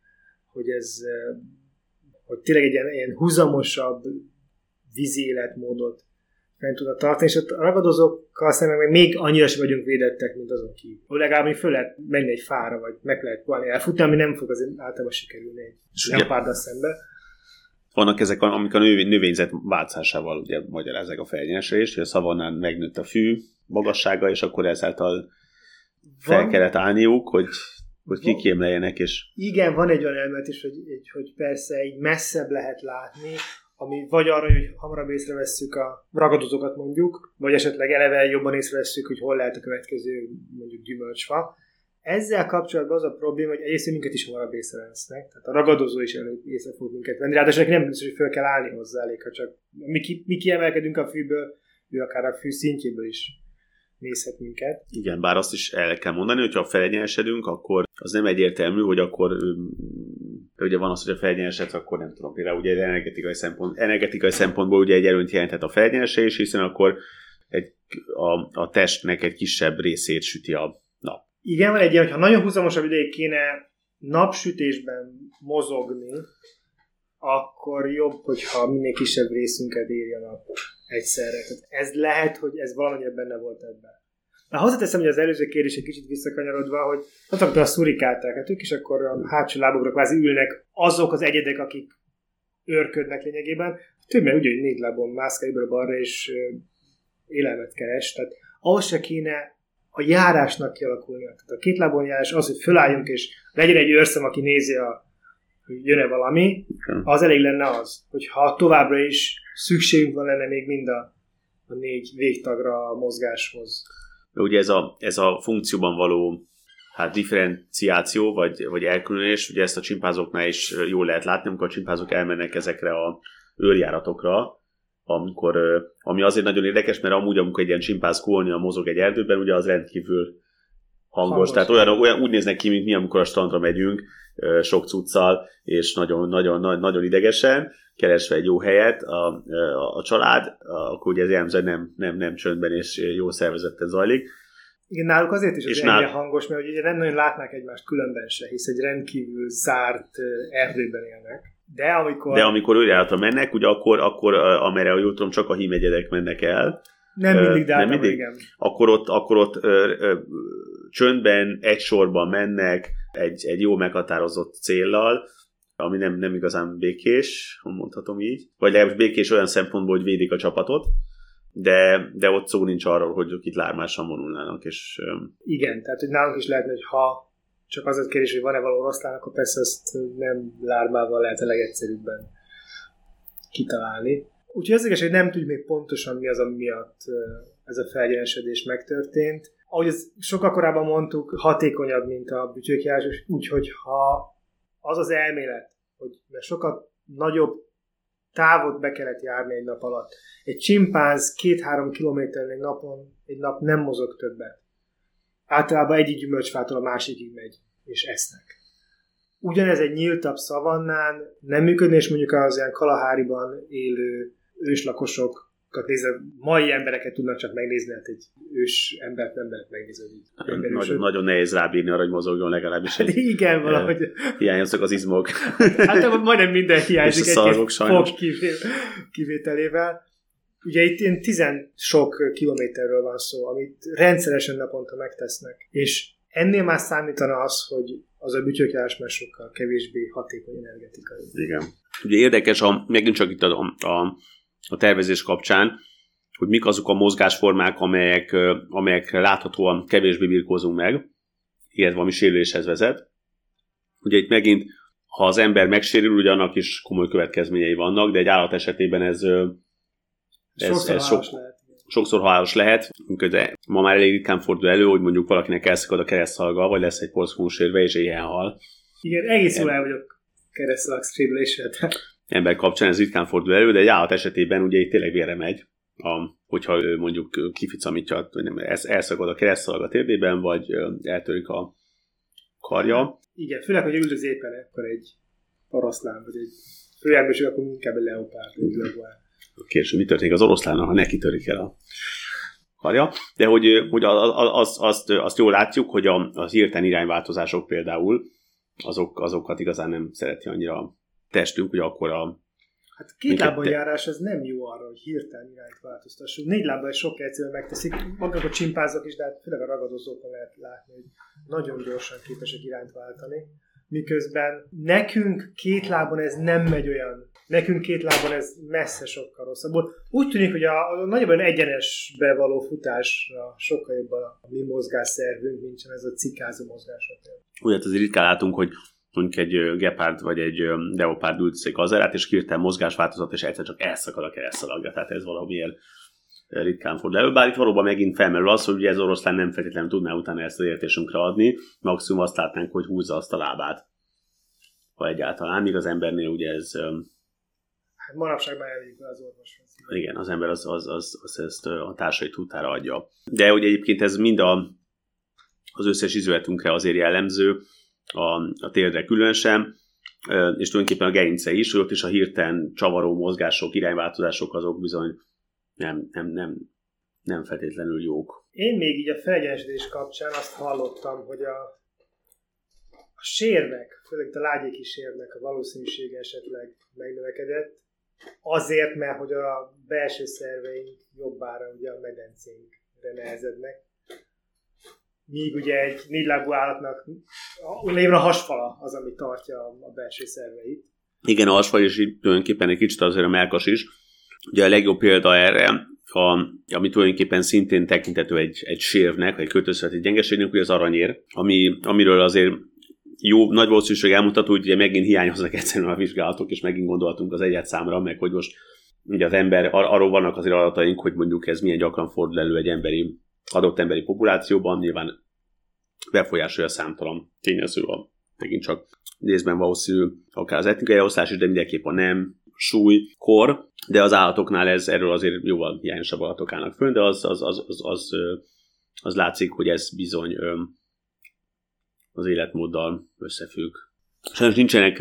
hogy tényleg egy ilyen húzamosabb vízi életmódot fent tudna tartani, és a ragadozókkal szemben meg még annyira sem vagyunk védettek, mint azon kívül. Legalább föl lehet menni egy fára, vagy meg lehet próbálni elfutni, ami nem fog azért általában sikerülni egy leopárddal szembe. Vannak ezek, amik a növényzet változásával ugye magyarázzák a felnyeresedést, hogy a szavannán megnőtt a fű magassága, és akkor ezáltal fel kellett állniuk, hogy kikémleljenek. És... Igen, van egy olyan elmélet is, hogy persze így messzebb lehet látni, ami vagy arra, hogy hamarabb észrevesszük a ragadozókat mondjuk, vagy esetleg eleve jobban észrevesszük, hogy hol lehet a következő mondjuk gyümölcsfa. Ezzel kapcsolatban az a probléma, hogy egyrészt minket is hamarabb észrevesznek, tehát a ragadozó is előbb észre fog minket venni. Ráadásul nem biztos, hogy föl kell állni hozzá, elég, ha csak mi kiemelkedünk a fűből, ő akár a fű szintjéből is nézhet minket. Igen, bár azt is el kell mondani, hogyha felegyenesedünk, akkor az nem egyértelmű, hogy akkor ugye van az, hogy a felegyenesed, akkor nem tudom, például ugye energetikai szempontból ugye egy előnyt jelenthet a felegyenesedés, hiszen akkor a testnek egy kisebb részét süti a nap. Igen, van egy ilyen, hogyha nagyon húzamosabb ideig kéne napsütésben mozogni, akkor jobb, hogyha minél kisebb részünket érje a nap egyszerre. Tehát ez lehet, hogy ez valamennyire benne volt ebben. Na, hozzáteszem, hogy az előző kérdés egy kicsit visszakanyarodva, hogy ott a szurikáták, hát ők is akkor a hátsó lábukra kvázi ülnek azok az egyedek, akik őrködnek lényegében. Többen úgy, hogy 4 lábon mászkál jobbra-balra és élelmet keres. Tehát ahhoz se kéne a járásnak kialakulnia. Tehát a 2 lábon járás az, hogy fölálljunk és legyen egy őrszem, aki nézi, hogy jön-e valami, az elég lenne az, hogyha továbbra is szükségünk van lenne még mind a 4 végtagra a mozgáshoz. Ugye ez a funkcióban való differenciáció, vagy elkülönülés, ugye ezt a csimpánzoknál is jól lehet látni, amikor a csimpánzok elmennek ezekre a őrjáratokra, ami azért nagyon érdekes, mert amúgy, amikor egy ilyen csimpánz kolónia mozog egy erdőben, ugye az rendkívül hangos. Tehát olyan úgy néznek ki, mint mi, amikor a strandra megyünk, sok cuccal, és nagyon idegesen, keresve egy jó helyet a család, akkor ugye ez jellemzően nem csöndben és jó szervezetten zajlik. Igen, náluk azért is ennyire hangos, mert ugye nem nagyon látnák egymást különben se, hisz egy rendkívül zárt erdőben élnek. De amikor újra mennek, ugye akkor amerre jól tudom, csak a hímegyedek mennek el. Nem mindig, de nem igen. Akkor ott csöndben, egy sorban mennek egy jó meghatározott céllal, ami nem igazán békés, mondhatom így. Vagy legalábbis békés olyan szempontból, hogy védik a csapatot, de ott szó nincs arról, hogy itt lármásan vonulnának. És, igen, tehát hogy nálunk is lehetne, hogy ha csak az a kérdés, hogy van-e való oroszlán, akkor persze ezt nem lármával lehet a legegyszerűbben kitalálni. Úgyhogy az igaz, hogy nem tudjuk még pontosan mi az, ami miatt ez a felgyenesedés megtörtént. Ahogy ezt sokkal korábban mondtuk, hatékonyabb, mint a bütyökjárás, úgyhogy ha az az elmélet, hogy sokkal nagyobb távot be kellett járni egy nap alatt. Egy csimpánz 2-3 kilométeren egy nap nem mozog többet. Általában egyik gyümölcsfától a másikig megy, és esznek. Ugyanez egy nyíltabb szavannán nem működne, és mondjuk az ilyen Kalaháriban élő őslakosokat nézve, mai embereket tudnak csak megnézni, hát egy ős embert nem lehet megnézni. Nagyon nehéz rábírni arra, hogy mozogjon legalábbis. Igen, valahogy. Hiányoznak az izmok. Hát majdnem minden hiányzik egy fog kivételével. Ugye itt ilyen 10 sok kilométerről van szó, amit rendszeresen naponta megtesznek. És ennél már számítana az, hogy az a bütyökjárás már sokkal kevésbé hatékony energetikai. Igen. Ugye érdekes, megint csak itt a tervezés kapcsán, hogy mik azok a mozgásformák, amelyek láthatóan kevésbé birkózunk meg, illetve valami sérüléshez vezet. Ugye itt megint, ha az ember megsérül, ugye annak is komoly következményei vannak, de egy állat esetében ez sokszor halálos lehet. De ma már elég ritkán fordul elő, hogy mondjuk valakinek elszakad a keresztszalga, vagy lesz egy porszkónsérve, és ilyen hal. Igen, egész jól el vagyok keresztszalg sérüléssel. Ember kapcsán ez ritkán fordul elő, de egy állat esetében ugye itt tényleg vére megy, hogyha mondjuk kificamítja, elszakad a keresztszalg a térdében, vagy eltörik a karja. Igen, főleg, hogy üldöz éppen akkor egy oroszlán, vagy egy főemlőség, akkor inkább egy leopárd, egy leguár. Kérdés, hogy mi történik az oroszlánnal, ha neki törik el a karja. De hogy azt jól látjuk, hogy az hirtelen irányváltozások például, azokat igazán nem szereti annyira a testünk, hogy akkor Hát két lábon járás ez nem jó arra, hogy hirtelen irányt változtassuk. 4 lábban is sok egyszerűen megteszik, maguk a csimpánzok is, de hát főleg a ragadozókon lehet látni, hogy nagyon gyorsan képesek irányt váltani. Miközben nekünk 2 lábon ez nem megy olyan. Nekünk 2 lábon ez messze sokkal rosszabb. Úgy tűnik, hogy a nagyobban egyenesbe való futásra sokkal jobb a mi mozgásszervünk, mint sem ez a cikázó mozgásra. Úgy, hát azért ritkán látunk, hogy mondjuk egy gepárd vagy egy leopárd üldözik az erát, és hirtelen mozgásváltozat, és egyszer csak elszakad a keresztszalagja. Tehát ez valamiért ritkán fordul elő. Bár itt valóban megint felmerül az, hogy ugye ez oroszlán nem feltétlenül tudná utána ezt az értésünkre adni, maximum azt látnánk, hogy húzza azt a lábát. Ha egyáltalán, míg az embernél ugye ez... Hát manapság már elég az orvoshoz. Igen, az ember az ezt a társai tudtára adja. De ugye egyébként ez mind az összes izületünkre azért jellemző, a térdre különösen, és tulajdonképpen a gerince is, hogy ott is a hirtelen csavaró mozgások, irányváltozások azok bizony nem feltétlenül jók. Én még így a felgyenesedés kapcsán azt hallottam, hogy a sérnek, főleg a lágyéki sérnek a valószínűsége esetleg megnövekedett, azért, mert hogy a belső szerveink jobbára ugye a medencénkre nehezednek. Míg ugye egy 4 lábú állatnak a hasfala az, ami tartja a belső szerveit. Igen, a hasfal és itt tulajdonképpen egy kicsit azért a mellkas is. Ugye a legjobb példa erre, ami tulajdonképpen szintén tekintető egy sérvnek, egy költözhető gyengeségnek, ugye az aranyér, amiről azért jó, nagy valószínűség elmutató, hogy ugye megint hiányoznak egyszerűen a vizsgálatok, és megint gondoltunk az egyedszámra, meg hogy most ugye az ember, arról vannak azért adataink, hogy mondjuk ez milyen gyakran fordul elő egy adott emberi populációban, nyilván befolyásolja számtalan tényező, megint csak részben valószínű akár az etnikai eloszlás is, de mindenképp a nem, súly, kor, de az állatoknál erről azért jóval hiányosabb adatok állnak fönn, de az látszik, hogy ez bizony az életmóddal összefügg. Sajnos nincsenek,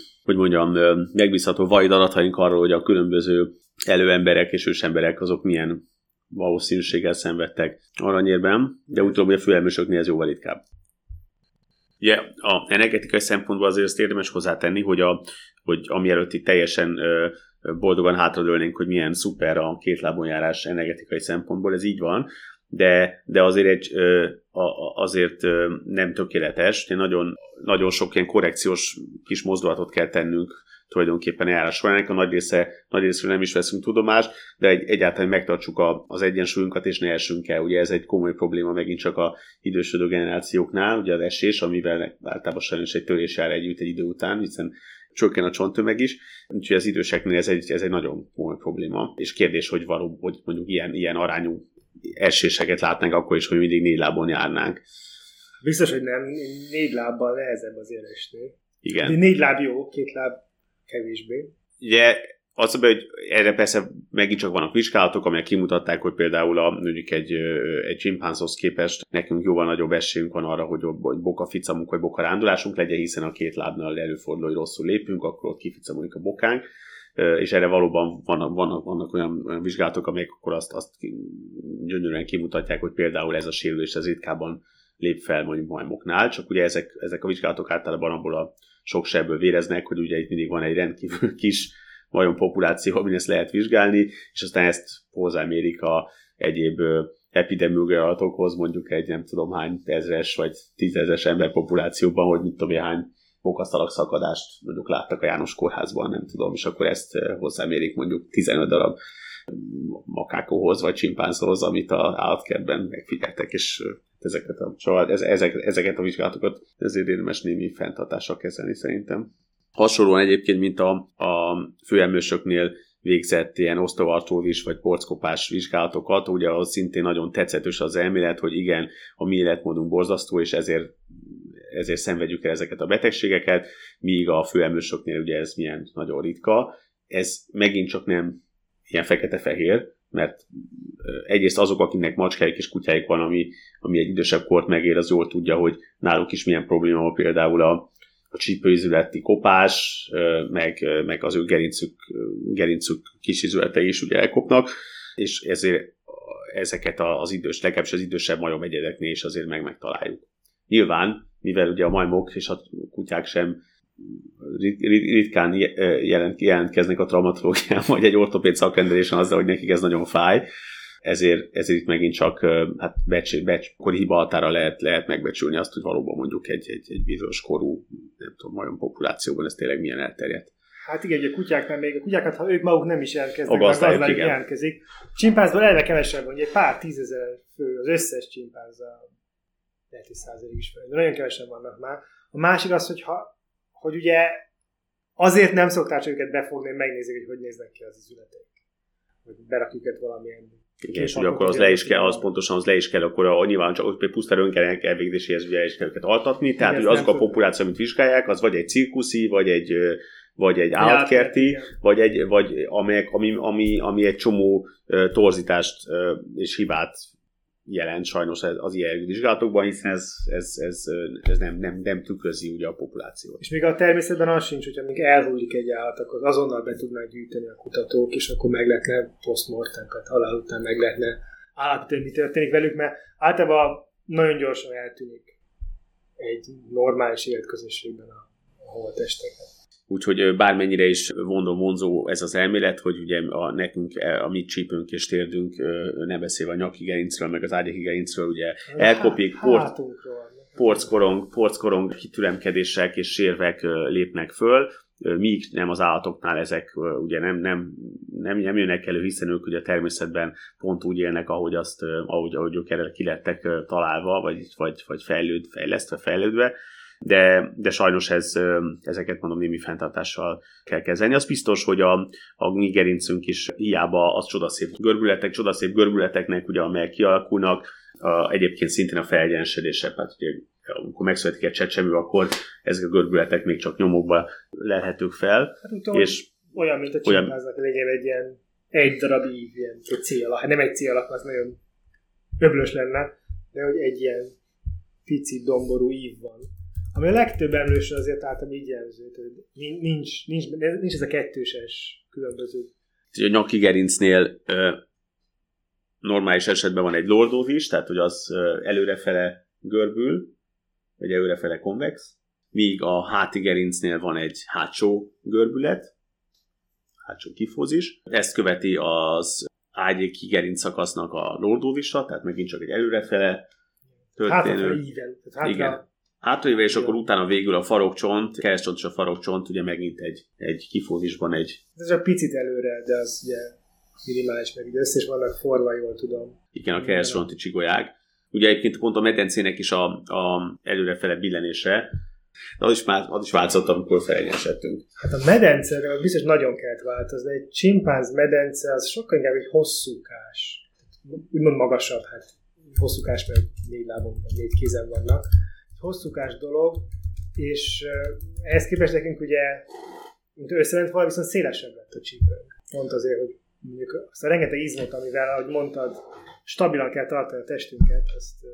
megbízható valid adataink arról, hogy a különböző előemberek és ősemberek azok milyen valószínűséggel szenvedtek aranyérben, de úgy tudom, hogy a főemlősöknél ez jóval ritkább. Ugye a energetikai szempontból azért ezt érdemes hozzátenni, hogy amielőtt itt teljesen boldogan hátradőlnénk, hogy milyen szuper a két lábon járás energetikai szempontból, ez így van, de azért azért nem tökéletes, nagyon, nagyon sok ilyen korrekciós kis mozdulatot kell tennünk tulajdonképpen járás során. A nagy részről nem is veszünk tudomást, de egyáltalán megtartsuk az egyensúlyunkat, és ne essünk el. Ugye ez egy komoly probléma megint csak a idősödő generációknál, ugye az esés, amivel általában sajnos egy törés jár együtt egy idő után, hiszen csökken a csonttömeg is, úgyhogy az időseknél ez egy nagyon komoly probléma. És kérdés, hogy mondjuk ilyen arányú eséseket látnánk akkor is, hogy mindig 4 lábon járnánk. Biztos, hogy nem. 4 lábbal nehezebb az esni. Igen. De 4 láb jó, 2 láb kevésbé. Ugye az, hogy erre persze megint csak vannak vizsgálatok, amelyek kimutatták, hogy például mondjuk egy csimpánzhoz képest nekünk jóval nagyobb esélyünk van arra, hogy bokaficamunk vagy bokarándulásunk legyen, hiszen a 2 lábnál előfordul, hogy rosszul lépünk, akkor ott kificamoljuk a bokánk. És erre valóban vannak olyan vizsgálatok, amelyek akkor azt gyönyörűen kimutatják, hogy például ez a sérülés ez ritkábban lép fel mondjuk majmoknál, csak ugye ezek a vizsgálatok általában abból a sok sebből véreznek, hogy ugye itt mindig van egy rendkívül kis majom populáció, amin ezt lehet vizsgálni, és aztán ezt hozzámérik a egyéb epidemiológiadatokhoz, mondjuk egy nem tudom hány ezres vagy 10 000 ember populációban, hogy mit tudom én hány bokaszalag szakadást mondjuk láttak a János kórházban, nem tudom, és akkor ezt hozzámérik mondjuk 15 darab makákóhoz vagy csimpánzhoz, amit az állatkertben megfigyeltek, és ezeket a vizsgálatokat ezért érdemes némi fenntartással kezelni szerintem. Hasonlóan egyébként, mint a főemlősöknél végzett ilyen osztovartólis vagy porckopás vizsgálatokat, ugye az szintén nagyon tetszetős az elmélet, hogy igen, a mi életmódunk borzasztó, és ezért szenvedjük el ezeket a betegségeket, míg a főemlősöknél ugye ez milyen nagyon ritka. Ez megint csak nem ilyen fekete-fehér, mert egyrészt azok, akiknek macskáik és kutyáik van, ami egy idősebb kort megér, az jól tudja, hogy náluk is milyen probléma van például a csípőizületi kopás, meg az ő gerincük kis izületei is ugye elkopnak, és ezért ezeket legalábbis az idősebb majomegyedeknél is azért megtaláljuk. Nyilván, mivel ugye a majmok és a kutyák sem ritkán jelentkeznek a traumatológián, vagy egy ortopéd szakrendelésen azzal, hogy nekik ez nagyon fáj, ezért itt megint csak kori hiba határa lehet megbecsülni azt, hogy valóban mondjuk egy bizonyos korú, nem tudom, majom populációban ez tényleg milyen elterjedt. Hát igen, ugye a kutyákat, ha ők maguk nem is jelentkeznek, a gazdájuk jelentkezik. Csimpánzból eleve kevesebb, ugye pár 10 000 fő az összes csimpánzzal, lehet, hogy 100 is fel, de nagyon kevesen vannak már. A másik az, hogy ugye azért nem szokták őket befogni, hogy megnézik, hogy néznek ki az izületek. Hogy berakjuk őket valamilyen... Igen, és ugye akkor az le is kell, akkor nyilván csak pusztán önkellenek elvégzéséhez ugye is kell őket altatni, tehát hogy azok a populáció, amit vizsgálják, az vagy egy cirkuszi, vagy egy állatkerti, vagy ami egy csomó torzítást és hibát jelent sajnos az ilyen vizsgálatokban, hiszen ez nem tükrözi ugye a populációt. És még a természetben az sincs, hogy amíg elhullik egy állat, akkor azonnal be tudnák gyűjteni a kutatók, és akkor meg lehetne postmortem, tehát halál után meg lehetne állapítani, mi történik velük, mert általában nagyon gyorsan eltűnik egy normális életközösségben a holttesteket. Úgyhogy bármennyire is vonzó ez az elmélet, hogy ugye nekünk a mi csípőnk és térdünk, nem beszélve a nyaki gerincről, meg az ágyaki gerincről, ugye elkopik, porckorong kitüremkedések és sérvek lépnek föl, míg nem az állatoknál ezek ugye nem jönnek elő, hiszen ők ugye a természetben pont úgy élnek, ahogy ők erre ki lettek találva, vagy fejlődve, de sajnos ezeket mondom némi fenntartással kell kezelni. Az biztos, hogy a mi gerincünk is hiába az csodaszép görbületeknek, ugye, amelyek kialakulnak, egyébként szintén a felegyenesedése, hát ugye amikor megszületik egy csecsemő, akkor ezek a görbületek még csak nyomokba lelhetők fel. Hát tudom, és olyan, mint a csimpánznak legyen egy ilyen egy darab ív, ilyen egy célak. Hát nem egy célak, az nagyon öblös lenne, de hogy egy ilyen pici domború ív van. ami a legtöbb emlősre azért általában így jelző. Nincs ez a kettőses különböző. A nyaki gerincnél normális esetben van egy lordót is, tehát hogy az előrefele görbül, vagy előrefele konvex, míg a háti gerincnél van egy hátsó görbület, hátsó kifózis. Ezt követi az ágyéki gerinc szakasznak a lordóvista, tehát megint csak egy előrefele történő. Igen. Hátraível, és akkor utána végül a farokcsont, keresztcsont és a farokcsont, ugye megint egy kifózisban egy... Ez csak picit előre, de az ugye minimális, meg ugye össze is vannak forva, jól tudom. Igen, a keresztcsonti csigolyák. Ugye egyébként pont a medencének is a előrefele billenése, de az is változott, amikor felegyenesedtünk. Hát a medence, biztos nagyon kellett változni. Egy csimpánz medence az sokkal inkább egy hosszúkás. Úgymond magasabb, hát hosszúkás, mert 4 lábon, 4 kézen vannak. Egy hosszúkás dolog, és ehhez képest nekünk ugye, mint összement vala, viszont szélesebb lett a csípőnk. Pont azért, hogy mondjuk azt a rengeteg izmot, amivel, ahogy mondtad, stabilan kell tartani a testünket, azt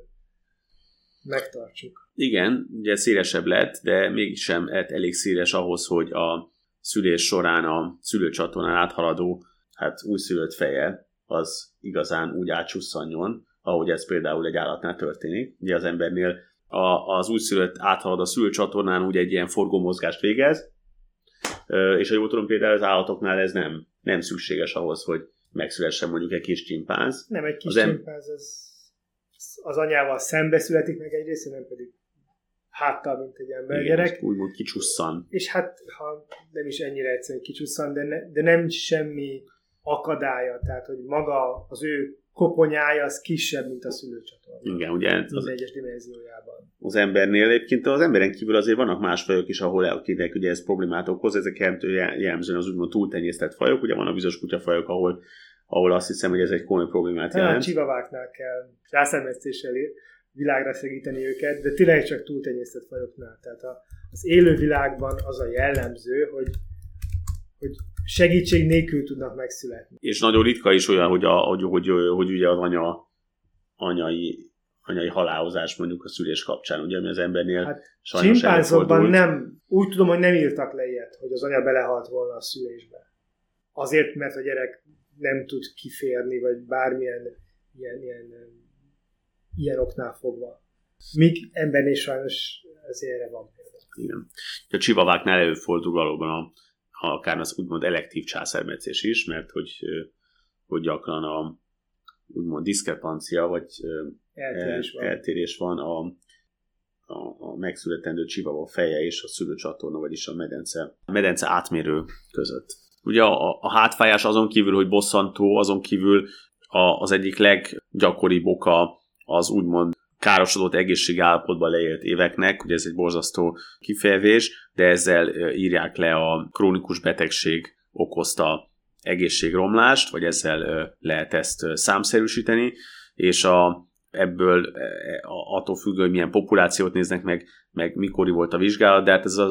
megtartsuk. Igen, ugye szélesebb lett, de mégsem lett elég széles ahhoz, hogy a szülés során a szülőcsatornán áthaladó újszülött feje az igazán úgy átsusszanjon, ahogy ez például egy állatnál történik. Ugye az embernél az újszülött áthalad a szülőcsatornán, úgy egy ilyen forgómozgást végez, és ha jól tudom, például az állatoknál ez nem szükséges ahhoz, hogy megszülessen mondjuk egy kis csimpánz. Nem, egy kis csimpánz az anyával szembe születik meg egyrészt, nem pedig háttal, mint egy embergyerek. Úgymond kicsusszan. És hát, ha nem is ennyire egyszerűen kicsusszan, de nem semmi akadálya, tehát, hogy maga az ő koponyája az kisebb, mint a szülőcsatorna. Igen, ugye az egyes dimenziójában. Az embernél egyébként az emberen kívül azért vannak más fajok is, ahol elkinek ugye ez problémát okoz, ezek jellemzően az úgymond túltenyésztett fajok, ugye vannak bizonyos kutyafajok, ahol azt hiszem, hogy ez egy komoly problémát jelent. A csivaváknál kell rászermetszéssel világra segíteni őket, de tényleg csak túltenyésztett fajoknál. Tehát az élő világban az a jellemző, hogy segítség nélkül tudnak megszületni. És nagyon ritka is olyan, hogy ugye az anyai halálozás mondjuk a szülés kapcsán, ugye, ami az embernél hát sajnos csimpánzokban nem, úgy tudom, hogy nem írtak le ilyet, hogy az anya belehalt volna a szülésbe. Azért, mert a gyerek nem tud kiférni, vagy bármilyen ilyen oknál fogva. Míg embernél sajnos azért erre van példa. Igen. A csivaváknál előfordul valóban akár az úgymond elektív császármetszés is, mert hogy gyakran a úgymond diszkrepancia, vagy eltérés van a megszületendő csivava feje és a szülőcsatorna, vagyis a medence átmérő között. Ugye a hátfájás azon kívül, hogy bosszantó, azon kívül az egyik leggyakoribb oka az úgymond károsodott egészségállapotban leélt éveknek, ugye ez egy borzasztó kifejezés, de ezzel írják le a krónikus betegség okozta egészségromlást, vagy ezzel lehet ezt számszerűsíteni, és ebből attól függő, hogy milyen populációt néznek meg mikori volt a vizsgálat, de, hát ez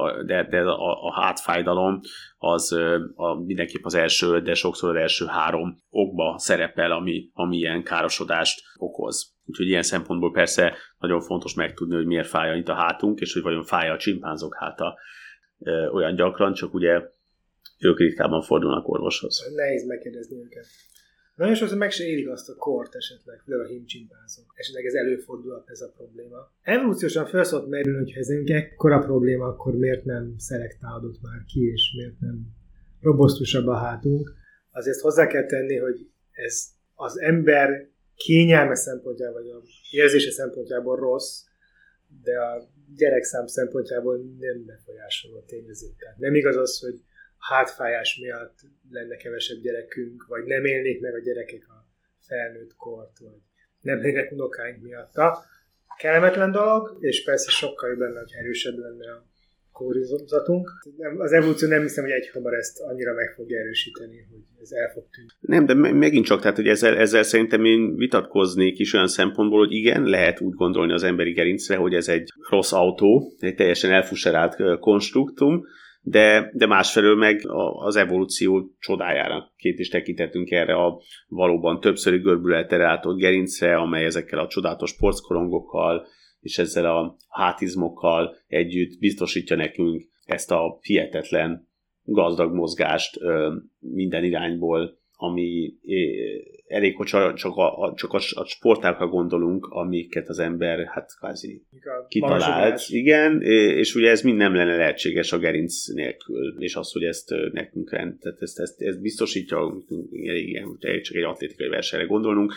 a hátfájdalom az mindenképp az első, de sokszor az első 3 okba szerepel, ami ilyen károsodást okoz. Úgyhogy ilyen szempontból persze nagyon fontos megtudni, hogy miért fáj itt a hátunk, és hogy vajon fáj a csimpánzok háta olyan gyakran, csak ugye ők ritkában fordulnak orvoshoz. Nehéz megkérdezni őket. Nagyon sokszor meg se élik azt a kort esetleg, főleg a hímcsimpánzok. Esetleg ez előfordulhat ez a probléma. Evolúciósan fel szólt merülni, hogy ha ez ekkora probléma, akkor miért nem szelektálódott már ki, és miért nem robosztusabb a hátunk. Azért hozzá kell tenni, hogy ez az ember kényelme szempontjából, vagy a érzése szempontjából rossz, de a gyerekszám szempontjából nem befolyásoló tényező. Tehát nem igaz az, hogy hátfájás miatt lenne kevesebb gyerekünk, vagy nem élnék meg a gyerekek a felnőtt kort, vagy nem lennének unokáink miatta. Kellemetlen dolog, és persze sokkal jobb lenne, hogy erősebb lenne a kórhúzatunk. Az evolúció nem hiszem, hogy egyhamar ezt annyira meg fogja erősíteni, hogy ez el fog tűnni. Nem, de megint csak, tehát hogy ezzel szerintem én vitatkoznék is olyan szempontból, hogy igen, lehet úgy gondolni az emberi gerincre, hogy ez egy rossz autó, egy teljesen elfuserált konstruktum, de másfelől meg az evolúció csodájára is tekintettünk erre a valóban többszöri görbületre ellátott gerincre, amely ezekkel a csodálatos porckorongokkal és ezzel a hátizmokkal együtt biztosítja nekünk ezt a hihetetlen gazdag mozgást minden irányból, ami elég, hogy csak a sportákra gondolunk, amiket az ember hát kvázi kitalált. Igen, és ugye ez mind nem lenne lehetséges a gerinc nélkül, és az, hogy ezt nekünk tehát ezt biztosítja, csak egy atlétikai versenyre gondolnunk,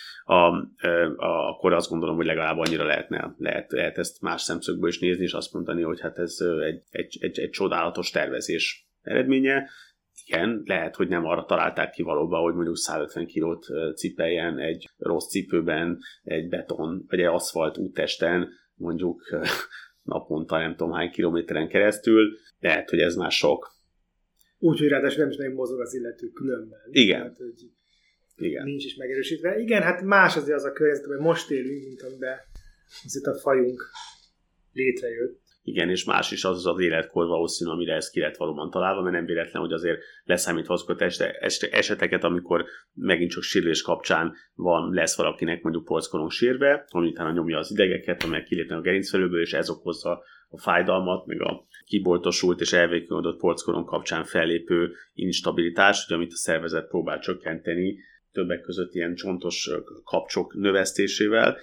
akkor azt gondolom, hogy legalább annyira lehet ezt más szemszögből is nézni, és azt mondani, hogy hát ez egy csodálatos tervezés eredménye. Igen, lehet, hogy nem arra találták ki valóban, hogy mondjuk 150 kilót cipeljen egy rossz cipőben, egy beton vagy egy aszfalt úttesten, mondjuk naponta nem tudom hány kilométeren keresztül. Lehet, hogy ez már sok. Úgyhogy ráadásul nem is nagyon mozog az illető különben. Igen. Tehát, igen. Nincs is megerősítve. Igen, hát más azért az a környezet, hogy most élünk, mint amiben azért a fajunk létrejött. Igen, és más is az az életkor valószínű, amire ez ki lett valóban találva, mert nem véletlen, hogy azért leszámítva azokat eseteket, amikor megint csak sérülés kapcsán lesz valakinek mondjuk polckorong sérve, ami utána nyomja az idegeket, amelyek kilépnek a gerincfelőből, és ez okozza a fájdalmat, meg a kiboltosult és elvékonyodott polckorong kapcsán fellépő instabilitás, ugye, amit a szervezet próbál csökkenteni, többek között ilyen csontos kapcsok növesztésével,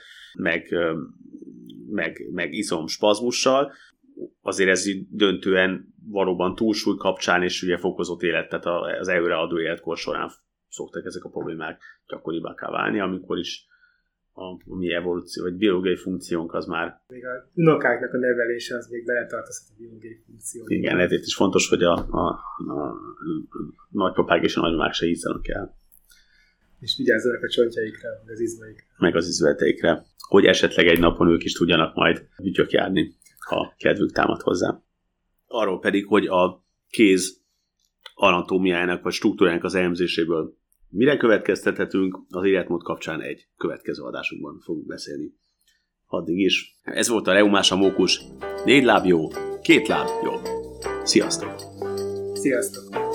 meg izomspazmussal. Azért ez döntően valóban túlsúly kapcsán és ugye fokozott élet, tehát az előre adó életkor során szoktak ezek a problémák gyakoribbá válni, amikor is a mi evolúció, vagy biológiai funkciónk az már... Még a unokáknak a nevelése az még beletartozhat a biológiai funkciót. Igen, ezért is fontos, hogy a nagypapák és a nagymamák se hízzanak el. És vigyázzanak a csontjaikra, meg az izmaikra. Meg az izületeikre, hogy esetleg egy napon ők is tudjanak majd bütyök járni, ha kedvük támad hozzá. Arról pedig, hogy a kéz anatómiájának vagy struktúrájának az elemzéséből mire következtethetünk, az életmód kapcsán egy következő adásunkban fogunk beszélni. Addig is. Ez volt a Reumás a Mókus. 4 láb jó, 2 láb jó. Sziasztok! Sziasztok!